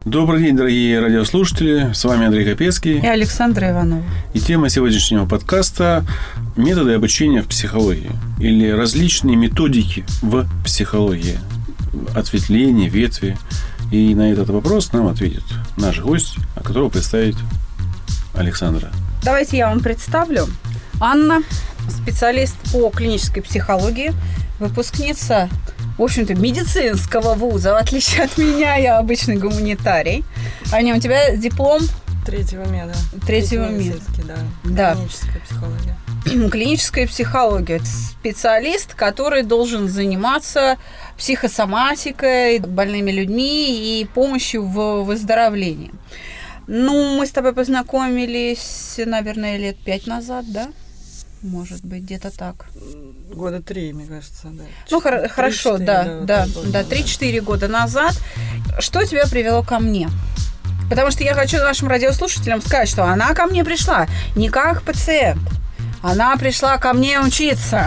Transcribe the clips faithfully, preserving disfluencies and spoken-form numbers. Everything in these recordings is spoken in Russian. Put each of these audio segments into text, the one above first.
Добрый день, дорогие радиослушатели. С вами Андрей Капецкий и Александра Иванова. И тема сегодняшнего подкаста – методы обучения в психологии или различные методики в психологии, ответвления, ветви. И на этот вопрос нам ответит наш гость, которого представит Александра. Давайте я вам представлю. Анна, специалист по клинической психологии, выпускница, в общем-то, медицинского вуза, в отличие от меня, я обычный гуманитарий. Аня, у тебя диплом? Третьего меда. Третьего меда. Да. Да. Клиническая психология. Клиническая психология. Специалист, который должен заниматься психосоматикой, больными людьми и помощью в выздоровлении. Ну, мы с тобой познакомились, наверное, лет пять назад, да? Может быть, где-то так. Года три, мне кажется, да. Ну, хор- хорошо, да, да, да, три-четыре года назад. Что тебя привело ко мне? Потому что я хочу нашим радиослушателям сказать, что она ко мне пришла не как пациент. Она пришла ко мне учиться.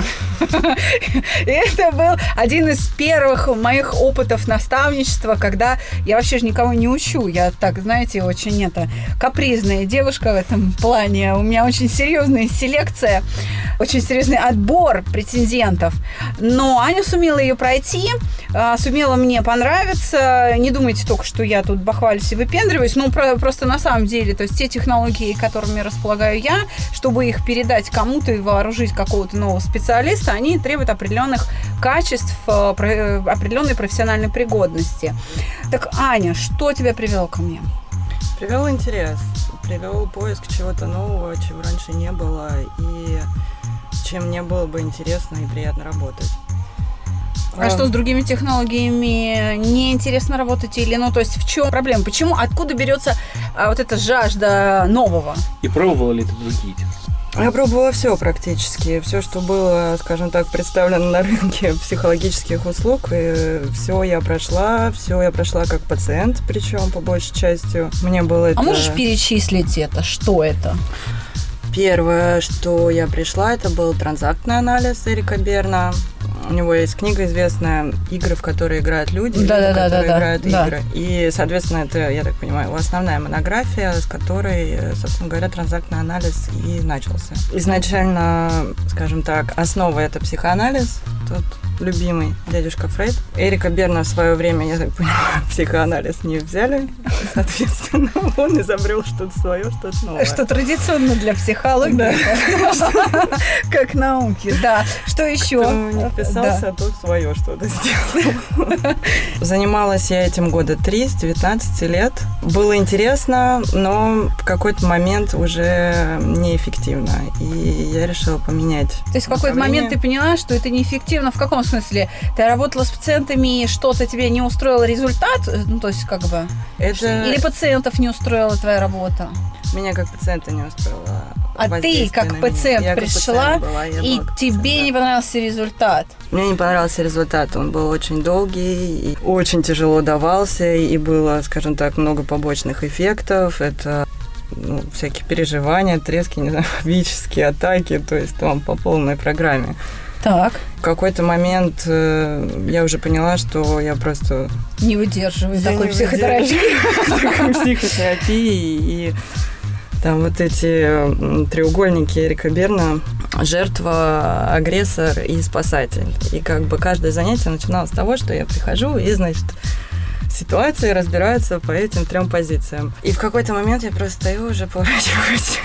И это был один из первых моих опытов наставничества, когда я вообще же никого не учу. Я так, знаете, очень это капризная девушка в этом плане. У меня очень серьезная селекция, очень серьезный отбор претендентов. Но Аня сумела ее пройти, сумела мне понравиться. Не думайте только, что я тут бахвалюсь и выпендриваюсь. Ну, просто на самом деле, то есть те технологии, которыми располагаю я, чтобы их передать кому-то и вооружить какого-то нового специалиста, они требуют определенных качеств, определенной профессиональной пригодности. Так, Аня, что тебя привело ко мне? Привел интерес, привел поиск чего-то нового, чего раньше не было, и с чем мне было бы интересно и приятно работать. А, а что с другими технологиями? Неинтересно работать или, ну, то есть в чем проблема? Почему, откуда берется а, вот эта жажда нового? И пробовала ли ты другие технологии? Я пробовала все практически, все, что было, скажем так, представлено на рынке психологических услуг, и все я прошла, все я прошла как пациент, причем по большей части. Мне было это... А можешь перечислить это? Что это? Первое, что я пришла, это был транзактный анализ Эрика Берна. У него есть книга известная «Игры, в которые играют люди», да, люди, да, в да, которые да, играют да. игры. И, соответственно, это, я так понимаю, его основная монография, с которой, собственно говоря, транзактный анализ и начался. Изначально, скажем так, основа – это психоанализ, тот любимый дядюшка Фрейд. Эрика Берна в свое время, я так понимаю, психоанализ не взяли. Соответственно, он изобрел что-то свое, что-то новое. Что традиционно для психологии, как науки. Да. Что еще? Кто не вписался, тот свое что-то сделал. Занималась я этим года три, с девятнадцати лет. Было интересно, но в какой-то момент уже неэффективно. И я решила поменять. То есть в какой-то момент ты поняла, что это неэффективно? В каком смысле? Ты работала с пациентами, и что-то тебе не устроил результат? Ну, то есть, как бы... Это... Или пациентов не устроила твоя работа? Меня как пациента не устроила. А ты как пациент я пришла, как пациент была, и тебе пациент, да. не понравился результат? Мне не понравился результат. Он был очень долгий, и очень тяжело давался, и было, скажем так, много побочных эффектов. Это ну, всякие переживания, трески, не знаю, фобические атаки, то есть там по полной программе. Так. В какой-то момент э, я уже поняла, что я просто... Не выдерживаю я такой не психотерапии. Такой психотерапии. И там вот эти треугольники Эрика Берна: жертва, агрессор и спасатель. И как бы каждое занятие начиналось с того, что я прихожу и, значит, ситуации разбираются по этим трем позициям. И в какой-то момент я просто стою, уже поворачиваюсь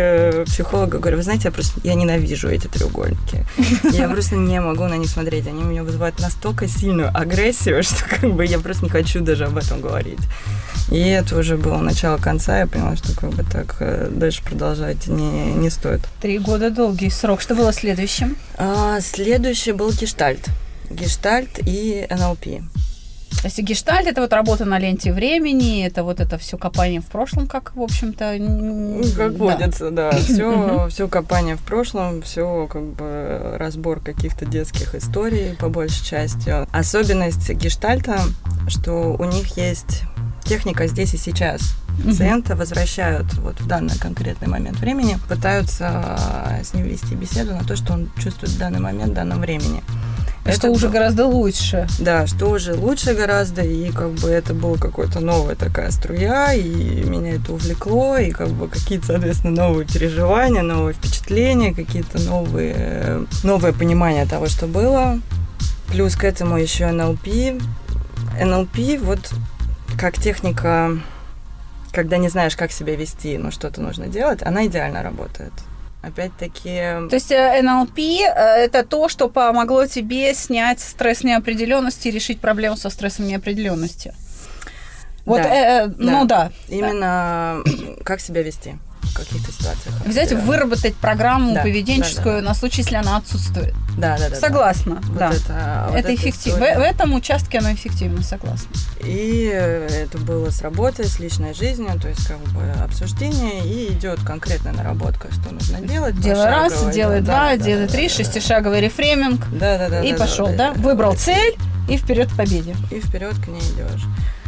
к психологу, говорю: вы знаете, я просто я ненавижу эти треугольники. Я просто не могу на них смотреть. Они у меня вызывают настолько сильную агрессию, что как бы я просто не хочу даже об этом говорить. И это уже было начало конца. Я поняла, что как бы так дальше продолжать не, не стоит. Три года долгий срок. Что было следующим? А, следующий был гештальт. Гештальт и эн эл пи. То есть гештальт – это вот работа на ленте времени, это вот это все копание в прошлом, как, в общем-то... Как да. водится, да. Все, все копание в прошлом, все как бы разбор каких-то детских историй, по большей части. Особенность гештальта, что у них есть техника здесь и сейчас. Пациента возвращают вот в данный конкретный момент времени, пытаются с ним вести беседу на то, что он чувствует в данный момент, в данном времени. Это что уже гораздо лучше. Да, что уже лучше гораздо, и как бы это была какая-то новая такая струя, и меня это увлекло, и как бы какие-то, соответственно, новые переживания, новые впечатления, какие-то новые, новое понимание того, что было. Плюс к этому еще эн эл пи. эн эл пи, вот как техника, когда не знаешь, как себя вести, но что-то нужно делать, она идеально работает. Опять-таки... То есть эн эл пи – это то, что помогло тебе снять стресс неопределенности и решить проблему со стрессом неопределенности. Вот, да, э, да. Ну да. Именно да. Как себя вести в каких-то ситуациях. Взять, выработать программу да, поведенческую да, да. на случай, если она отсутствует. Да, да, да. Согласна, да. да. Вот это вот это эффективно. В, в этом участке оно эффективно, согласна. И это было с работой, с личной жизнью, то есть как бы обсуждение, и идет конкретная наработка, что нужно делать. Делай раз, делай да, два, да, делай да, три, да, шестишаговый да. рефрейминг. Да, да, да. И да, пошел, да? да, да? Выбрал да, цель и вперед к победе. И вперед к ней идешь.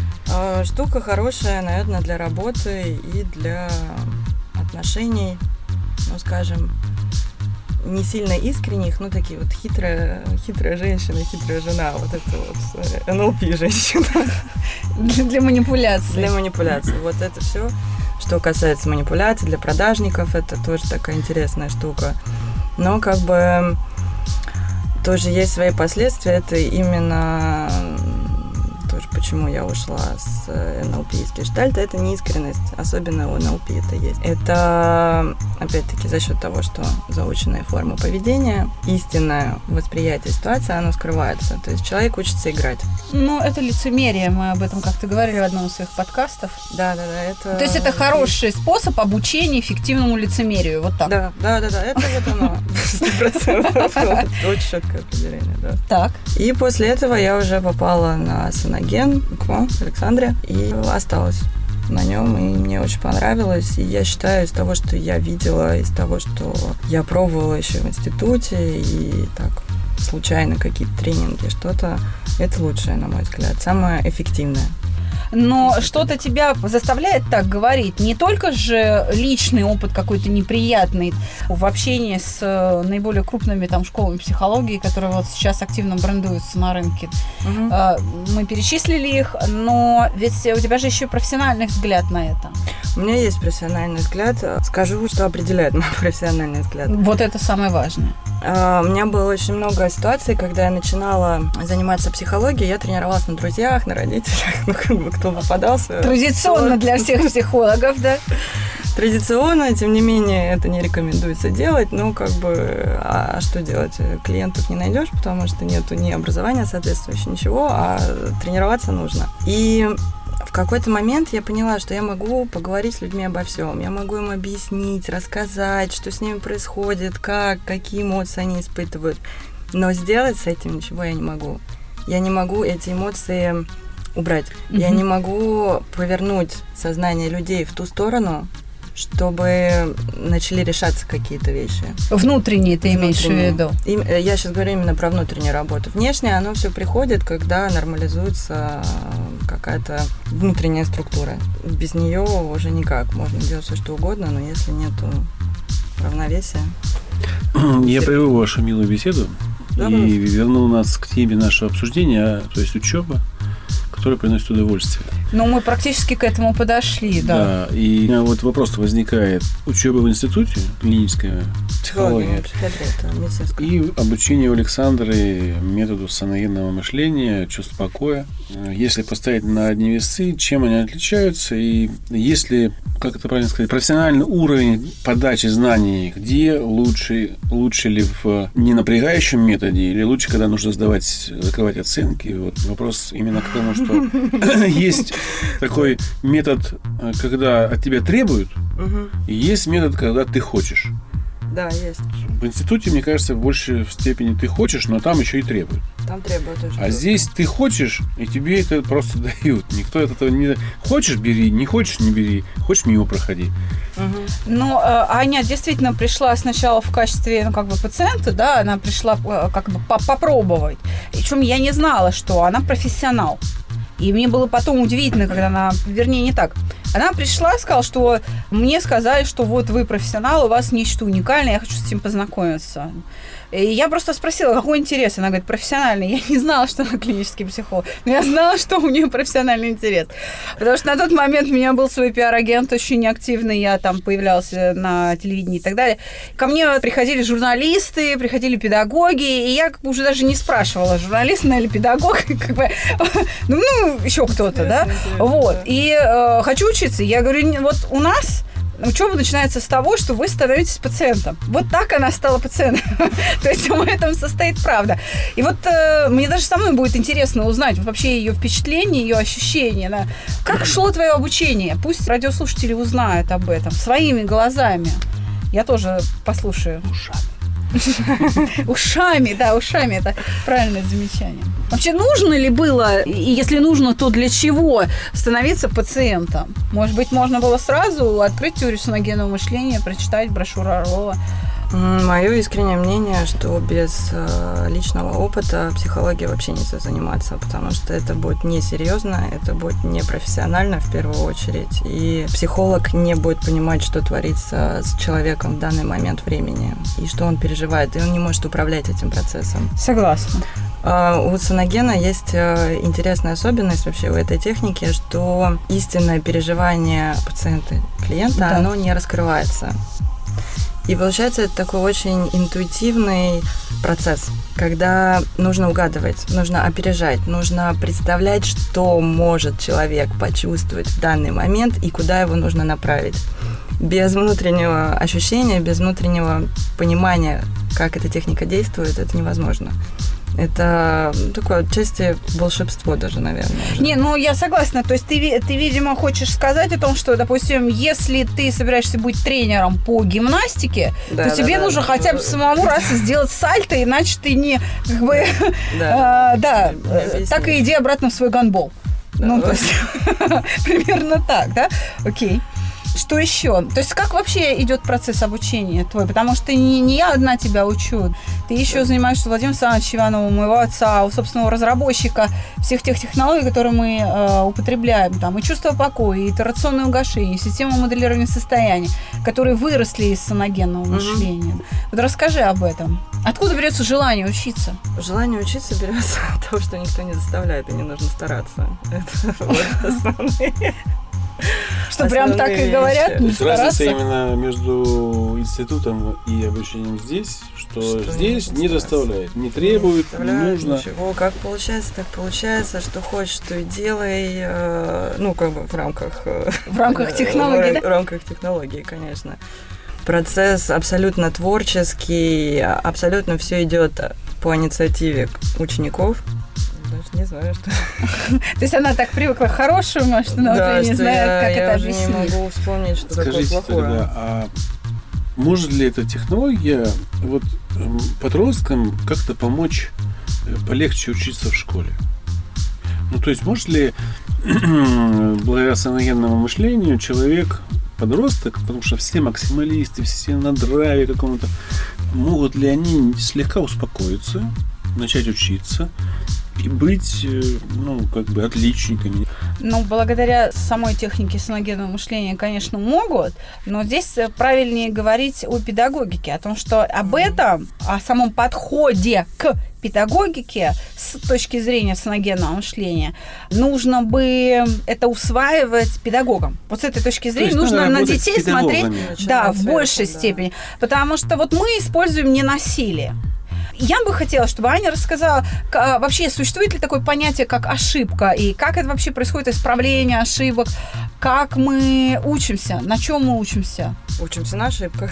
Штука хорошая, наверное, для работы и для отношений, ну, скажем, не сильно искренних, но такие вот хитрая, хитрая женщина, хитрая жена, вот это вот эн эл пи женщина. Для, для манипуляции. Для манипуляции. Вот это все, что касается манипуляций, для продажников, это тоже такая интересная штука. Но как бы тоже есть свои последствия, это именно... тоже почему я ушла с эн эл пи из гештальта, это неискренность, особенно у эн эл пи это есть. Это, опять-таки, за счет того, что заученная форма поведения, истинное восприятие ситуации, оно скрывается. То есть человек учится играть. Ну, это лицемерие, мы об этом как-то говорили в одном из своих подкастов. Да, да, да. Это... То есть это хороший способ обучения эффективному лицемерию, вот так. Да, да, да, да, это вот оно, сто процентов. Очень четкое определение, да. Так. И после этого я уже попала на Санаген к вам, Александре, и осталась на нем, и мне очень понравилось. И я считаю, из того, что я видела, из того, что я пробовала еще в институте, и так случайно какие-то тренинги, что-то, это лучшее, на мой взгляд, самое эффективное. Но что-то тебя заставляет так говорить. Не только же личный опыт какой-то неприятный в общении с наиболее крупными там школами психологии, которые вот сейчас активно брендуются на рынке. Угу. Мы перечислили их, но ведь у тебя же еще профессиональный взгляд на это. У меня есть профессиональный взгляд. Скажу, что определяет мой профессиональный взгляд. Вот это самое важное. У меня было очень много ситуаций, когда я начинала заниматься психологией, я тренировалась на друзьях, на родителях, ну, как бы кто попадался. Традиционно для всех психологов, да? Традиционно, тем не менее, это не рекомендуется делать, но как бы, а что делать? Клиентов не найдешь, потому что нету ни образования соответствующего, ничего, а тренироваться нужно. И в какой-то момент я поняла, что я могу поговорить с людьми обо всем. Я могу им объяснить, рассказать, что с ними происходит, как, какие эмоции они испытывают. Но сделать с этим ничего я не могу. Я не могу эти эмоции убрать. Mm-hmm. Я не могу повернуть сознание людей в ту сторону, чтобы начали решаться какие-то вещи. Внутренние ты Внутренние. имеешь в виду? И, я сейчас говорю именно про внутреннюю работу. Внешне оно все приходит, когда нормализуется какая-то внутренняя структура. Без нее уже никак. Можно делать все, что угодно, но если нету равновесия... Я прерву вашу милую беседу да, и вернул нас к теме нашего обсуждения, то есть учеба, которая приносит удовольствие. Ну, мы практически к этому подошли, да. Да, и у меня вот вопрос возникает. Учеба в институте, клиническая психология, и обучение у Александры методу саногенного мышления, чувства покоя. Если поставить на одни весы, чем они отличаются, и если, как это правильно сказать, профессиональный уровень подачи знаний, где лучше, лучше ли в ненапрягающем методе, или лучше, когда нужно сдавать, закрывать оценки. Вот вопрос именно к тому, что есть такой метод, когда от тебя требуют, угу. и есть метод, когда ты хочешь. Да, есть. В институте, мне кажется, в большей степени ты хочешь, но там еще и требуют. Там требуют очень. А здесь ты хочешь, и тебе это просто дают. Никто от этого не... Хочешь – бери, не хочешь – не бери. Хочешь – мимо проходи. Угу. Ну, Аня действительно пришла сначала в качестве, ну, как бы пациента, да, она пришла как бы попробовать. Причем я не знала, что она профессионал. И мне было потом удивительно, когда она, вернее, не так. Она пришла и сказала, что мне сказали, что вот вы профессионал, у вас нечто уникальное, я хочу с этим познакомиться. И я просто спросила, какой интерес? Она говорит, профессиональный. Я не знала, что она клинический психолог, но я знала, что у нее профессиональный интерес. Потому что на тот момент у меня был свой пиар-агент очень активный, я там появлялась на телевидении и так далее. Ко мне приходили журналисты, приходили педагоги, и я как бы уже даже не спрашивала, журналист или педагог, как бы, ну, ну, еще кто-то, да? Вот. И э, хочу учиться. Я говорю, вот у нас учеба начинается с того, что вы становитесь пациентом. Вот так она стала пациентом. То есть в этом состоит правда. И вот э, мне даже самой будет интересно узнать вообще ее впечатление, ее ощущения. Да. Как шло твое обучение? Пусть радиослушатели узнают об этом своими глазами. Я тоже послушаю. Ушами. Ушами, да, ушами. Это правильное замечание. Вообще, нужно ли было, и если нужно, то для чего становиться пациентом? Может быть, можно было сразу открыть теорию саногенного мышления, прочитать брошюру Орлова? Мое искреннее мнение, что без э, личного опыта психологией вообще нельзя заниматься, потому что это будет несерьезно, это будет непрофессионально в первую очередь, и психолог не будет понимать, что творится с человеком в данный момент времени, и что он переживает, и он не может управлять этим процессом. Согласна. У саногена есть интересная особенность вообще у этой техники, что истинное переживание пациента, клиента, да. Оно не раскрывается. И получается, это такой очень интуитивный процесс, когда нужно угадывать, нужно опережать, нужно представлять, что может человек почувствовать в данный момент и куда его нужно направить. Без внутреннего ощущения, без внутреннего понимания, как эта техника действует, это невозможно. Это такое отчасти волшебство даже, наверное. Уже. Не, ну я согласна. То есть ты, ты, видимо, хочешь сказать о том, что, допустим, если ты собираешься быть тренером по гимнастике, да, то да, тебе да, нужно да, хотя бы да. самому раз сделать сальто, иначе ты не, как бы, да, а, да так и иди обратно в свой гандбол. Да, ну, вот. То есть, примерно так, да? Окей. Что еще? То есть как вообще идет процесс обучения твой? Потому что не, не я одна тебя учу. Ты еще да. занимаешься Владимиром Александровичем Ивановым, моего отца, у собственного разработчика всех тех технологий, которые мы э, употребляем. Там и чувство покоя, и итерационное угошение, и система моделирования состояний, которые выросли из саногенного мышления. Mm-hmm. Вот расскажи об этом. Откуда берется желание учиться? Желание учиться берется от того, что никто не заставляет, и не нужно стараться. Это вот основные... Что прям так и говорят? То есть разница именно между институтом и обучением здесь, что, что здесь не, не заставляет, не требует, не, не нужно. Ничего, как получается, так получается, что хочешь, то и делай, э, ну, как бы в рамках... Э, в рамках технологий, в, да? В рамках технологий, конечно. Процесс абсолютно творческий, абсолютно все идет по инициативе учеников. Не знаю, что... То есть она так привыкла к хорошему, что она да, уже не знает, я, как я это уже объяснить. Не могу вспомнить, что Скажите такое плохое. Тогда, а может ли эта технология вот подросткам как-то помочь полегче учиться в школе? Ну, то есть может ли благодаря саногенному мышлению человек, подросток, потому что все максималисты, все на драйве какому-то, могут ли они слегка успокоиться, начать учиться и быть, ну, как бы отличниками? Ну, благодаря самой технике саногенного мышления, конечно, могут, но здесь правильнее говорить о педагогике, о том, что об этом, о самом подходе к педагогике с точки зрения саногенного мышления нужно бы это усваивать педагогам. Вот с этой точки зрения нужно на детей смотреть да, в большей да. степени, потому что вот мы используем ненасилие. Я бы хотела, чтобы Аня рассказала, вообще существует ли такое понятие, как ошибка, и как это вообще происходит исправление ошибок, как мы учимся, на чем мы учимся? Учимся на ошибках.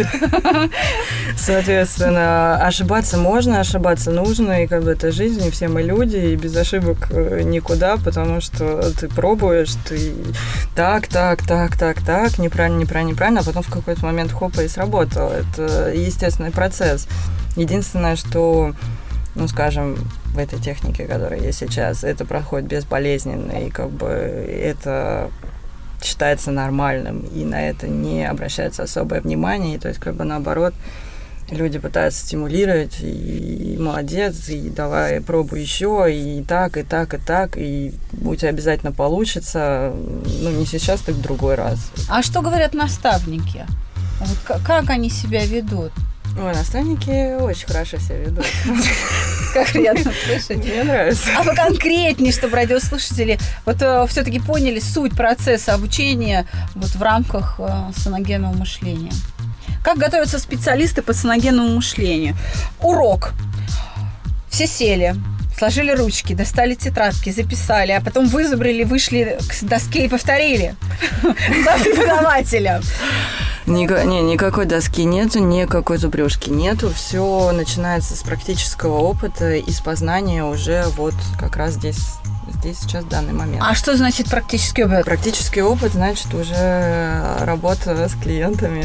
Соответственно, ошибаться можно, ошибаться нужно, и как бы это жизнь, и все мы люди, и без ошибок никуда, потому что ты пробуешь, ты так, так, так, так, так, неправильно, неправильно, неправильно, а потом в какой-то момент хопа и сработало. Это естественный процесс. Единственное, что, ну, скажем, в этой технике, которая есть сейчас, это проходит безболезненно, и как бы это считается нормальным, и на это не обращается особое внимание, и то есть как бы наоборот люди пытаются стимулировать, и, и молодец, и давай пробуй еще, и так, и так, и так, и у тебя обязательно получится, ну, не сейчас, так в другой раз. А что говорят наставники? Вот как, как они себя ведут? Ой, наставники очень хорошо себя ведут. Как приятно слышать. Мне нравится. А поконкретнее, чтобы радиослушатели вот э, все-таки поняли суть процесса обучения вот в рамках э, саногенного мышления. Как готовятся специалисты по саногенному мышлению? Урок. Все сели, сложили ручки, достали тетрадки, записали, а потом вызубрили, вышли к доске и повторили за преподавателем. Ника- не, никакой доски нету, никакой зубрежки нету. Все начинается с практического опыта и с познания уже вот как раз здесь, здесь сейчас, в данный момент. А что значит практический опыт? Практический опыт значит уже работа с клиентами,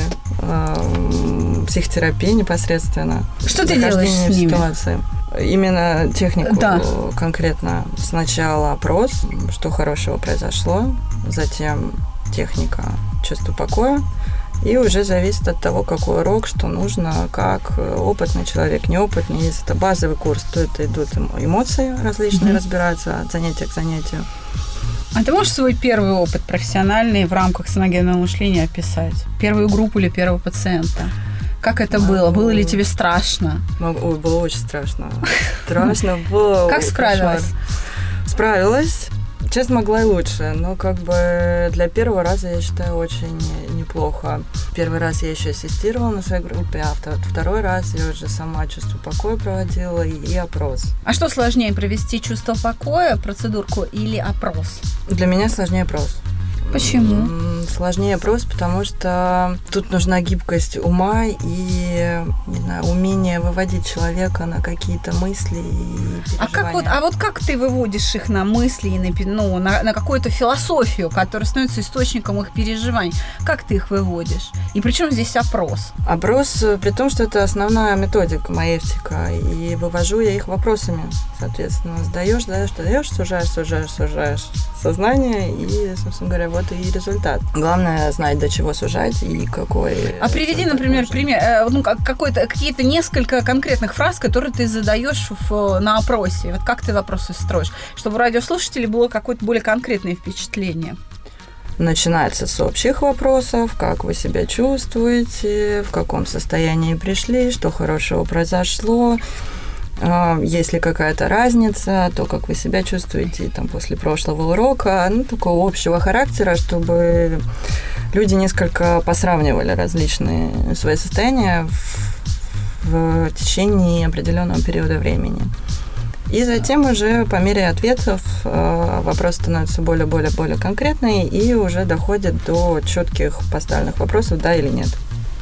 э, психотерапия непосредственно. Что ты делаешь с ними? Ситуации. Именно технику да. конкретно. Сначала опрос, что хорошего произошло, затем техника чувства покоя. И уже зависит от того, какой урок, что нужно, как опытный человек, неопытный. Если это базовый курс, то это идут эмоции различные, mm-hmm. разбираться от занятия к занятию. А ты можешь свой первый опыт профессиональный в рамках саногенного мышления описать? Первую группу или первого пациента? Как это Могу. было? Было ли тебе страшно? Могу. Ой, было очень страшно. Страшно было. Как справилась? Справилась. Честно, могла и лучше, но как бы для первого раза, я считаю, очень неплохо. Первый раз я еще ассистировала на своей группе, а второй раз я уже сама чувство покоя проводила и, и опрос. А что сложнее, провести чувство покоя, процедурку или опрос? Для меня сложнее опрос. Почему? Сложнее опрос, потому что тут нужна гибкость ума и, не знаю, умение выводить человека на какие-то мысли и переживания. А как вот, а вот как ты выводишь их на мысли и на, ну, на, на какую-то философию, которая становится источником их переживаний? Как ты их выводишь? И при чем здесь опрос? Опрос, при том, что это основная методика маэвтика, и вывожу я их вопросами, соответственно. Сдаешь, сдаешь, сдаешь, сужаешь, сужаешь, сужаешь сознание, и, собственно говоря, вот и результат. Главное знать, до чего сужать и какой... А приведи, например, пример, ну, какой-то, какие-то несколько конкретных фраз, которые ты задаешь в, на опросе. Вот как ты вопросы строишь, чтобы у радиослушателей было какое-то более конкретное впечатление. Начинается с общих вопросов, как вы себя чувствуете, в каком состоянии пришли, что хорошего произошло, есть ли какая-то разница, то, как вы себя чувствуете там, после прошлого урока, ну, такого общего характера, чтобы люди несколько посравнивали различные свои состояния в, в течение определенного периода времени. И затем уже по мере ответов вопрос становится более-более-более конкретный и уже доходит до четких поставленных вопросов, да или нет.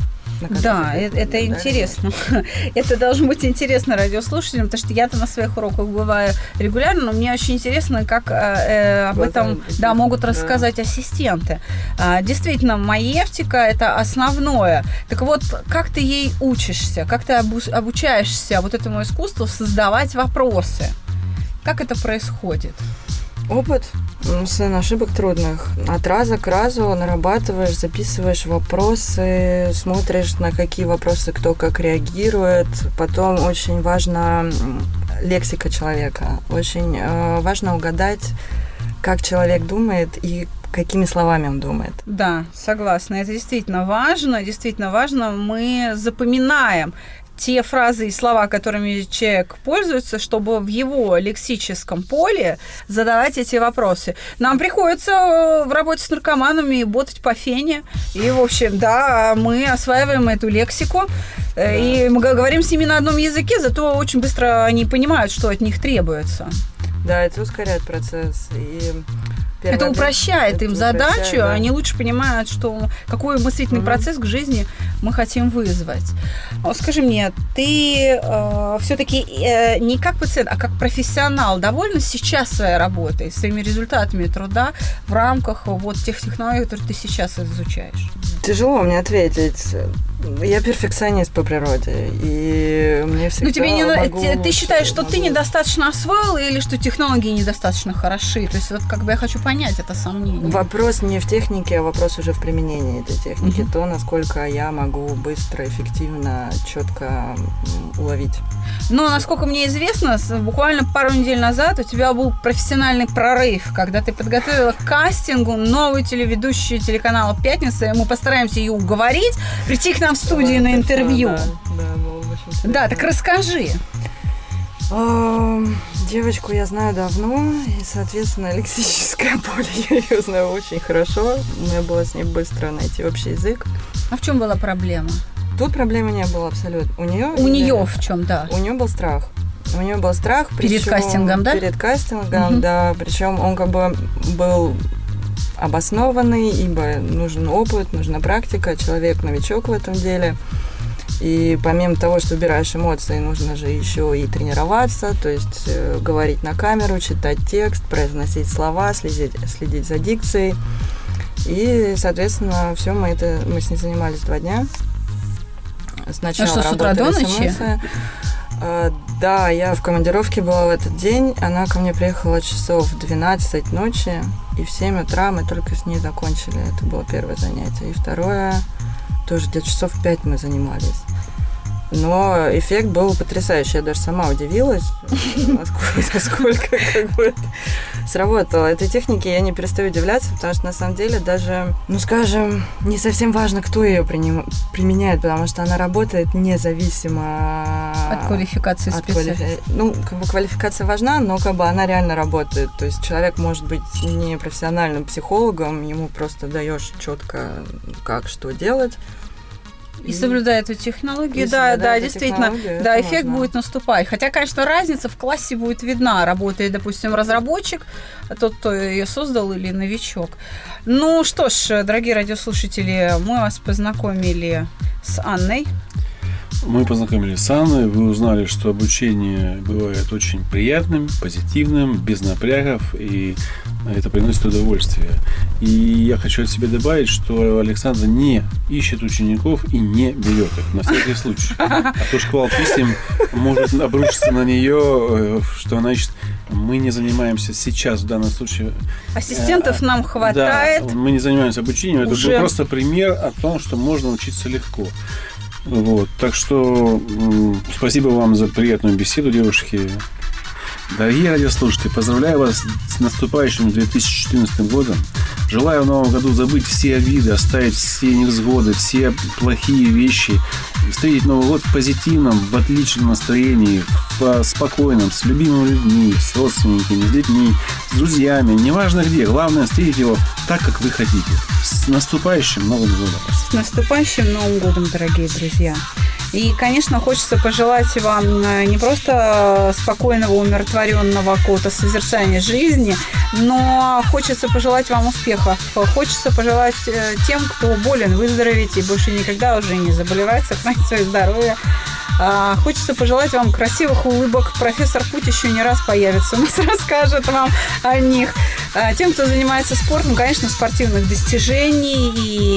Да, это, это да, интересно. Это должно быть интересно радиослушателям, потому что я-то на своих уроках бываю регулярно, но мне очень интересно, как э, об этом да, могут рассказать да. ассистенты. А, действительно, маэвтика – это основное. Так вот, как ты ей учишься, как ты обу- обучаешься вот этому искусству создавать вопросы? Как это происходит? Опыт, сын ошибок трудных. От раза к разу нарабатываешь, записываешь вопросы, смотришь, на какие вопросы кто как реагирует. Потом очень важна лексика человека. Очень э, важно угадать, как человек думает и какими словами он думает. Да, согласна. Это действительно важно. Действительно важно. Мы запоминаем те фразы и слова, которыми человек пользуется, чтобы в его лексическом поле задавать эти вопросы. Нам приходится в работе с наркоманами ботать по фене. И, в общем, да, мы осваиваем эту лексику. Да. И мы говорим с ними на одном языке, зато очень быстро они понимают, что от них требуется. Да, это ускоряет процесс. И это упрощает это им упрощает, задачу, да. Они лучше понимают, что какой мыслительный mm-hmm. процесс к жизни мы хотим вызвать. Скажи мне, ты э, все-таки э, не как пациент, а как профессионал довольна сейчас своей работой, своими результатами труда в рамках вот тех технологий, которые ты сейчас изучаешь? Тяжело мне ответить. Я перфекционист по природе, и мне всегда ну, тебе не могу... Ты, ты считаешь, что могу... ты недостаточно освоил или что технологии недостаточно хороши? То есть вот как бы я хочу понять это сомнение. Вопрос не в технике, а вопрос уже в применении этой техники. Mm-hmm. То, насколько я могу быстро, эффективно, четко уловить. Но, насколько мне известно, буквально пару недель назад у тебя был профессиональный прорыв, когда ты подготовила к кастингу новую телеведущую телеканала «Пятница», и мы постараемся ее уговорить прийти к нам нам в студии на интервью. Да, да, было очень интересно. Да, так расскажи. Девочку я знаю давно, и, соответственно, лексическое поле я ее знаю очень хорошо. Мне было с ней быстро найти общий язык. А в чем была проблема? Тут проблемы не было абсолютно. У нее У нее в чем, да? У нее был страх. У нее был страх. Перед причем, кастингом, да? Перед кастингом, угу. да. Причем он как бы был обоснованный, ибо нужен опыт, нужна практика, человек новичок в этом деле. И помимо того, что убираешь эмоции, нужно же еще и тренироваться, то есть э, говорить на камеру, читать текст, произносить слова, следить, следить за дикцией. И, соответственно, все мы это мы с ней занимались два дня. Сначала ну что, с утра до ночи? Uh, да, я в командировке была в этот день. Она ко мне приехала часов в двенадцать ночи, и в семь утра мы только с ней закончили. Это было первое занятие. И второе, тоже где-то часов в пять мы занимались. Но эффект был потрясающий. Я даже сама удивилась, насколько, насколько как бы это сработало. Этой технике я не перестаю удивляться, потому что на самом деле даже, ну скажем, не совсем важно, кто ее приним, применяет, потому что она работает независимо от квалификации специалиста. Квалифи... Ну, как бы квалификация важна, но как бы она реально работает. То есть человек может быть не профессиональным психологом, ему просто даешь четко, как что делать. И соблюдая эту технологию, да, да, действительно, да, эффект можно. Будет наступать. Хотя, конечно, разница в классе будет видна. Работает, допустим, разработчик, тот, кто ее создал, или новичок. Ну что ж, дорогие радиослушатели, мы вас познакомили с Анной. Мы познакомились с Анной, вы узнали, что обучение бывает очень приятным, позитивным, без напрягов, и это приносит удовольствие. И я хочу от себя добавить, что Александра не ищет учеников и не берет их, на всякий случай. А то шквал писем может обрушиться на нее, что она ищет. Мы не занимаемся сейчас, в данном случае... Ассистентов нам хватает. Да, мы не занимаемся обучением. Это Уже... был просто пример о том, что можно учиться легко. Вот, так что м- спасибо вам за приятную беседу, девушки. Дорогие радиослушатели, поздравляю вас с наступающим две тысячи четырнадцатым годом. Желаю в новом году забыть все обиды, оставить все невзгоды, все плохие вещи, встретить Новый год в позитивном, в отличном настроении, в спокойном, с любимыми людьми, с родственниками, с детьми, с друзьями, неважно где. Главное, встретить его так, как вы хотите. С наступающим Новым годом! С наступающим Новым годом, дорогие друзья! И, конечно, хочется пожелать вам не просто спокойного, умиротворенного какого-то созерцания жизни, но хочется пожелать вам успехов. Хочется пожелать тем, кто болен, выздороветь и больше никогда уже не заболевать, сохранить свое здоровье. Хочется пожелать вам красивых улыбок. Профессор Путь еще не раз появится, он расскажет вам о них. Тем, кто занимается спортом, конечно, спортивных достижений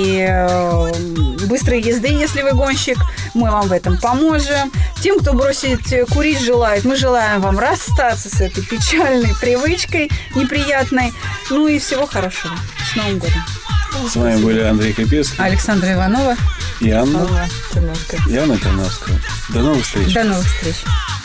и быстрой езды, если вы гонщик, мы вам в этом поможем. Тем, кто бросить курить желает, мы желаем вам расстаться с этой печальной привычкой неприятной. Ну и всего хорошего. С Новым годом! С вами были Андрей Капецкий, Александра Иванова и Анна Терновская. И Анна Терновская. До новых встреч. До новых встреч.